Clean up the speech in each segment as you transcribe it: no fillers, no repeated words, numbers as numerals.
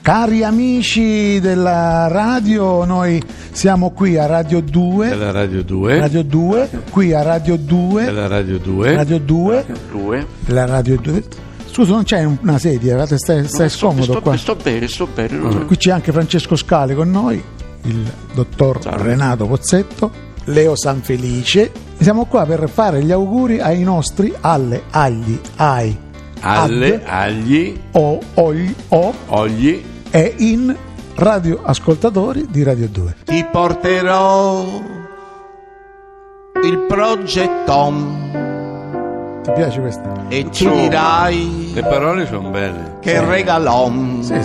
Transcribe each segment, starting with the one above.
Cari amici della radio, noi siamo qui a Radio 2. Della Radio 2. Radio 2, qui a Radio 2. Della Radio 2. Radio 2. Della Radio 2. Scusa, non c'è una sedia, stai scomodo qua. Sto bene. Qui c'è anche Francesco Scali con noi, il dottor Renato Pozzetto, Leo Sanfelice. Siamo qua per fare gli auguri ai nostri agli e in radio ascoltatori di Radio 2. Ti porterò il progetton. Ti piace questa? E ci dirai le parole sono belle. Che regalon. Sì.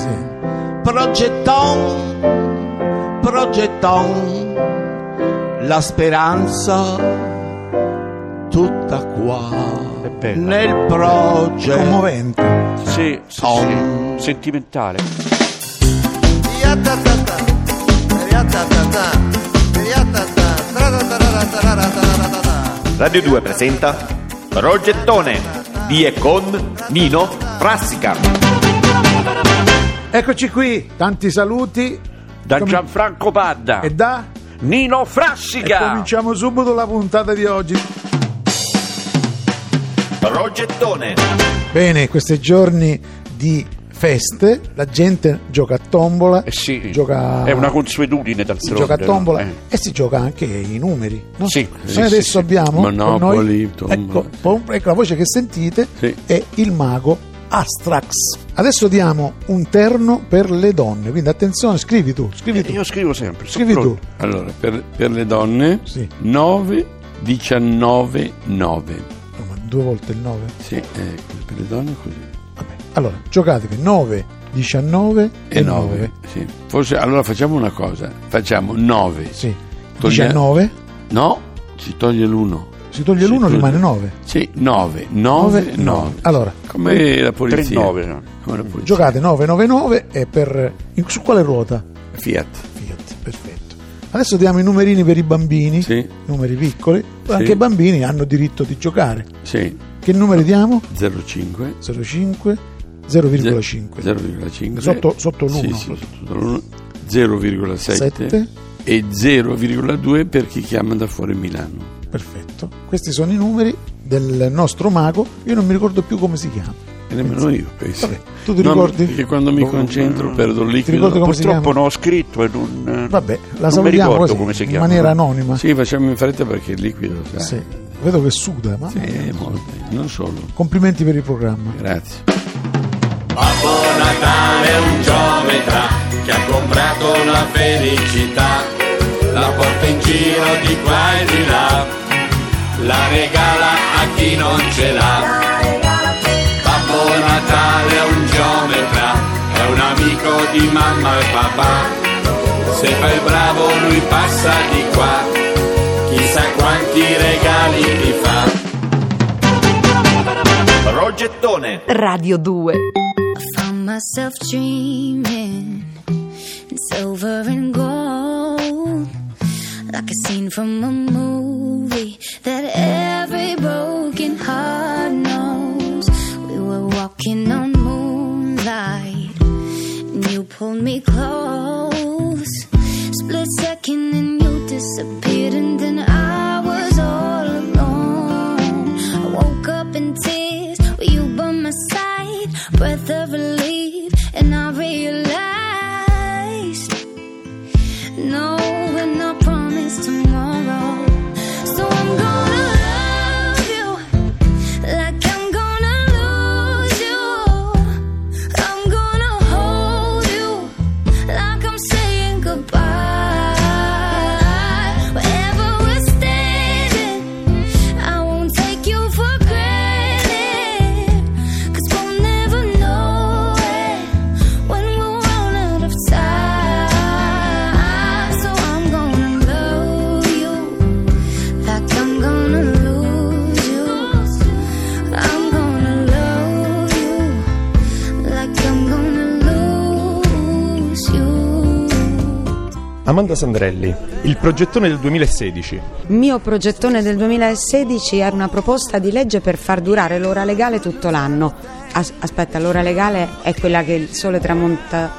Progetton, la speranza tutta qua. È bella. Nel progetto. Commovente. Sì. Sentimentale. Radio 2 presenta Progettone di e con Nino Frassica. Eccoci qui, tanti saluti Da Gianfranco Padda e da Nino Frassica. E cominciamo subito la puntata di oggi. Progettone. Bene, questi giorni di feste, la gente gioca a tombola, sì, gioca, è una consuetudine d'altronde. Si gioca a tombola, no? E si gioca anche i numeri, no? Sì, noi adesso abbiamo Monopoli, con noi, ecco la voce che sentite è il mago Astrax. Adesso diamo un terno per le donne, quindi attenzione, scrivi tu. Io scrivo sempre. Scrivi tu. Allora, per le donne 9, 19, 9. Ma 2 volte il 9? Sì, per le donne è così. Allora, giocatevi 9, 19 e 9. Sì. Forse allora facciamo una cosa, facciamo 9. Sì. 19? No, si toglie l'1. Si toglie l'1, rimane 9. Sì, 9. Allora, come la polizia. 39, no? Come la polizia. Giocate 999 e su quale ruota? Fiat, perfetto. Adesso diamo i numerini per i bambini, numeri piccoli, anche i bambini hanno diritto di giocare. Sì. Che numeri diamo? 0,5 0,5 sotto l'1 sotto l'1 0,7 e 0,2 per chi chiama da fuori Milano. Perfetto, questi sono i numeri del nostro mago. Io non mi ricordo più come si chiama e nemmeno io penso. Vabbè, tu ti ricordi? Perché quando mi concentro perdo il liquido. Purtroppo non ho scritto e non. Vabbè, la salutiamo così, come si chiama, in maniera anonima. Sì, facciamo in fretta perché il liquido sì. Vedo che suda, ma non solo. Complimenti per il programma. Grazie. Babbo Natale è un geometra che ha comprato la felicità, la porta in giro di qua e di là, la regala a chi non ce l'ha. Babbo Natale è un geometra, è un amico di mamma e papà, se fai il bravo lui passa di qua, chissà quanti regali ti fa. Progettone. Radio 2. I found myself dreaming in silver and gold, like a scene from a movie that every broken heart knows. We were walking on moonlight and you pulled me close, split second and you disappeared, and then I was all alone. I woke up in tears with you by my side, breath of relief, and I realized no, we're not promised tomorrow. So I'm gonna love you like I'm gonna lose you. I'm gonna hold you like I'm saying goodbye. Wherever we're standing, I won't take you for granted, 'cause we'll never know it when we'll run out of time. So I'm gonna love you like I'm gonna lose you. I'm gonna love you like I'm gonna lose you. Amanda Sandrelli, il progettone del 2016. Mio progettone del 2016 era una proposta di legge per far durare l'ora legale tutto l'anno. Aspetta, l'ora legale è quella che il sole tramonta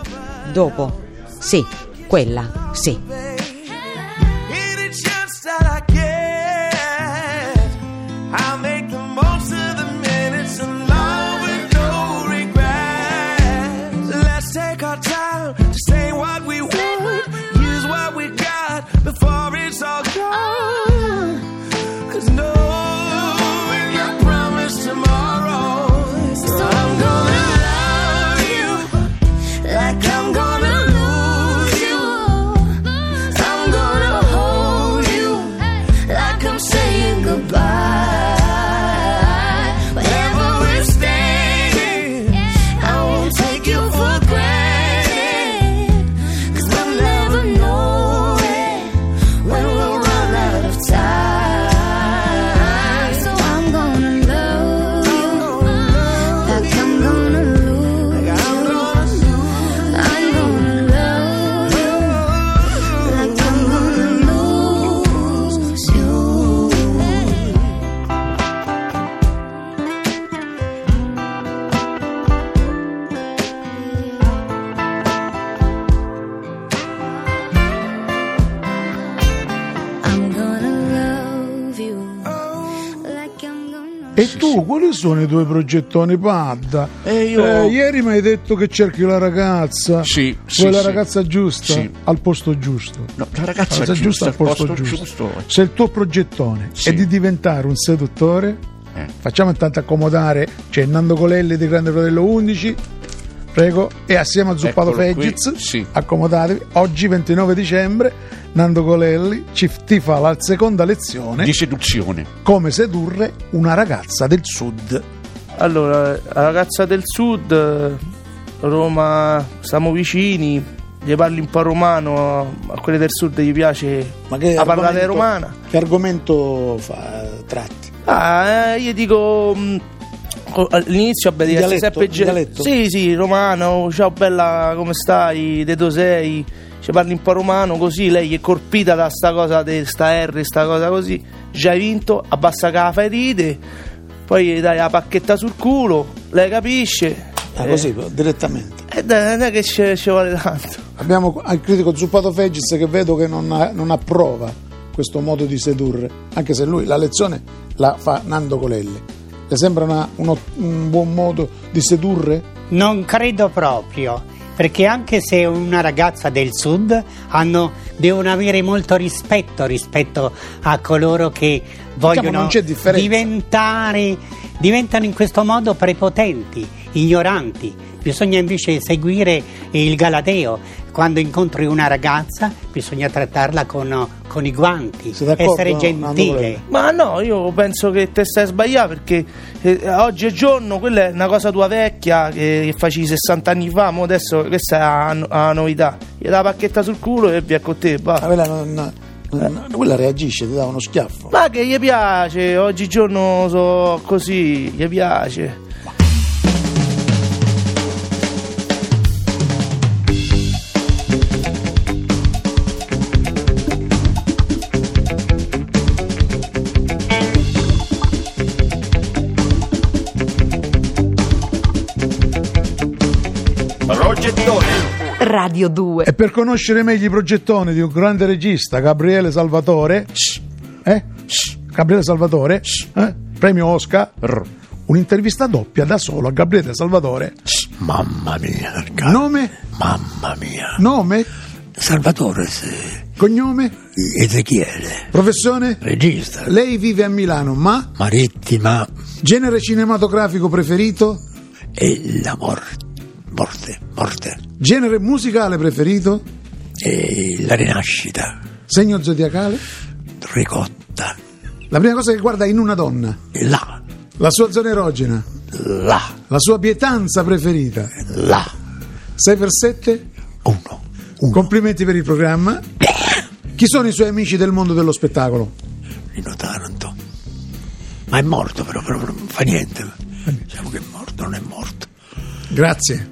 dopo. Sì, quella, sì. Any chance that I get, I'll make the most of the minutes in love with no regrets. Let's take our time to say what we want, use what we got before it's all gone. 'Cause no one can promise tomorrow. So I'm gonna love you like I'm gonna lose you. I'm gonna hold you like I'm saying goodbye. Wherever we're staying, I won't take you for granted. 'Cause we'll never know it when we'll run out of time. So I'm gonna love you like I'm gonna lose you. I'm gonna love you like I'm gonna lose you. I'm gonna love you like I'm gonna. E tu, quali sono i tuoi progettoni, Padda? Ieri mi hai detto che cerchi la ragazza. Sì, Vuoi la sì. ragazza giusta? Sì. Al posto giusto. No, la ragazza Cosa giusta al posto giusto. Se il tuo progettone Sì. è di diventare un seduttore, facciamo intanto accomodare, c'è Nando Colelli di Grande Fratello 11, prego, e assieme a Zuppato Eccolo qui, Fegiz, sì. accomodatevi. Oggi 29 dicembre Nando Colelli ti fa la seconda lezione di seduzione. come sedurre una ragazza del sud. Allora, la ragazza del sud, Roma, siamo vicini, gli parli un po' romano, a quelle del sud gli piace la parlare romana. Che argomento tratti? Io dico all'inizio vabbè, di essere sempre dialetto? Sì, romano, ciao bella, come stai? De dove sei? Ci parli un po' romano, così lei è colpita da sta cosa, sta R, sta cosa così. Già hai vinto, abbassa che la fai ride, poi gli dai la pacchetta sul culo, lei capisce. Così, direttamente. Non è che ci vuole tanto. Abbiamo il critico Zuppato Fegiz che vedo che non approva questo modo di sedurre, anche se lui la lezione la fa Nando Colelli. Le sembra un buon modo di sedurre? Non credo proprio, perché anche se una ragazza del sud devono avere molto rispetto a coloro che vogliono non c'è differenza. diventano in questo modo prepotenti, ignoranti. Bisogna invece seguire il galateo. Quando incontri una ragazza bisogna trattarla con i guanti, essere gentile. Ma no, io penso che te stai sbagliando, perché oggi è giorno, quella è una cosa tua vecchia che facevi 60 anni fa, ma adesso questa è la novità. Gli dà la pacchetta sul culo e via con te. Quella reagisce, ti dà uno schiaffo. Ma che gli piace, oggigiorno so così, gli piace. Radio 2. E per conoscere meglio i progettoni di un grande regista, Gabriele Salvatore, premio Oscar, un'intervista doppia da solo a Gabriele Salvatore. Mamma mia, nome? Mamma mia. Nome? Salvatore, sì. Cognome? Ezechiele. Professione? Regista. Lei vive a Milano, ma? Marittima. Genere cinematografico preferito? E la morte. Genere musicale preferito? E la rinascita. Segno zodiacale? Ricotta. La prima cosa che guarda in una donna? Là. La sua zona erogena? Là. La sua pietanza preferita? Là. 6x7? 1. Complimenti per il programma. Chi sono i suoi amici del mondo dello spettacolo? Nino Taranto. Ma è morto, però non fa niente. Diciamo che è morto, non è morto. Grazie.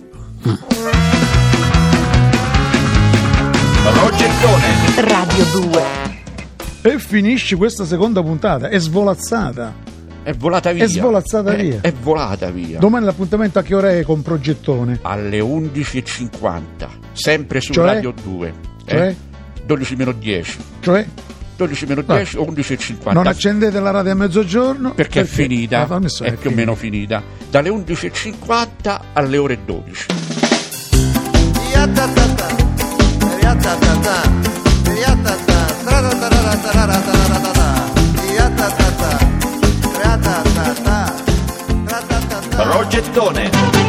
Radio 2. E finisce questa seconda puntata, è svolazzata. È volata via. È svolazzata via. È volata via. Domani l'appuntamento a che ora è con Progettone? Alle 11.50, sempre su Cioè? Radio 2. Cioè? 12 meno 10. Cioè? 12 meno 10, 11.50. Non accendete la radio a mezzogiorno? Perché è finita, è più o meno finita. Dalle 11.50 alle ore 12. Progettone.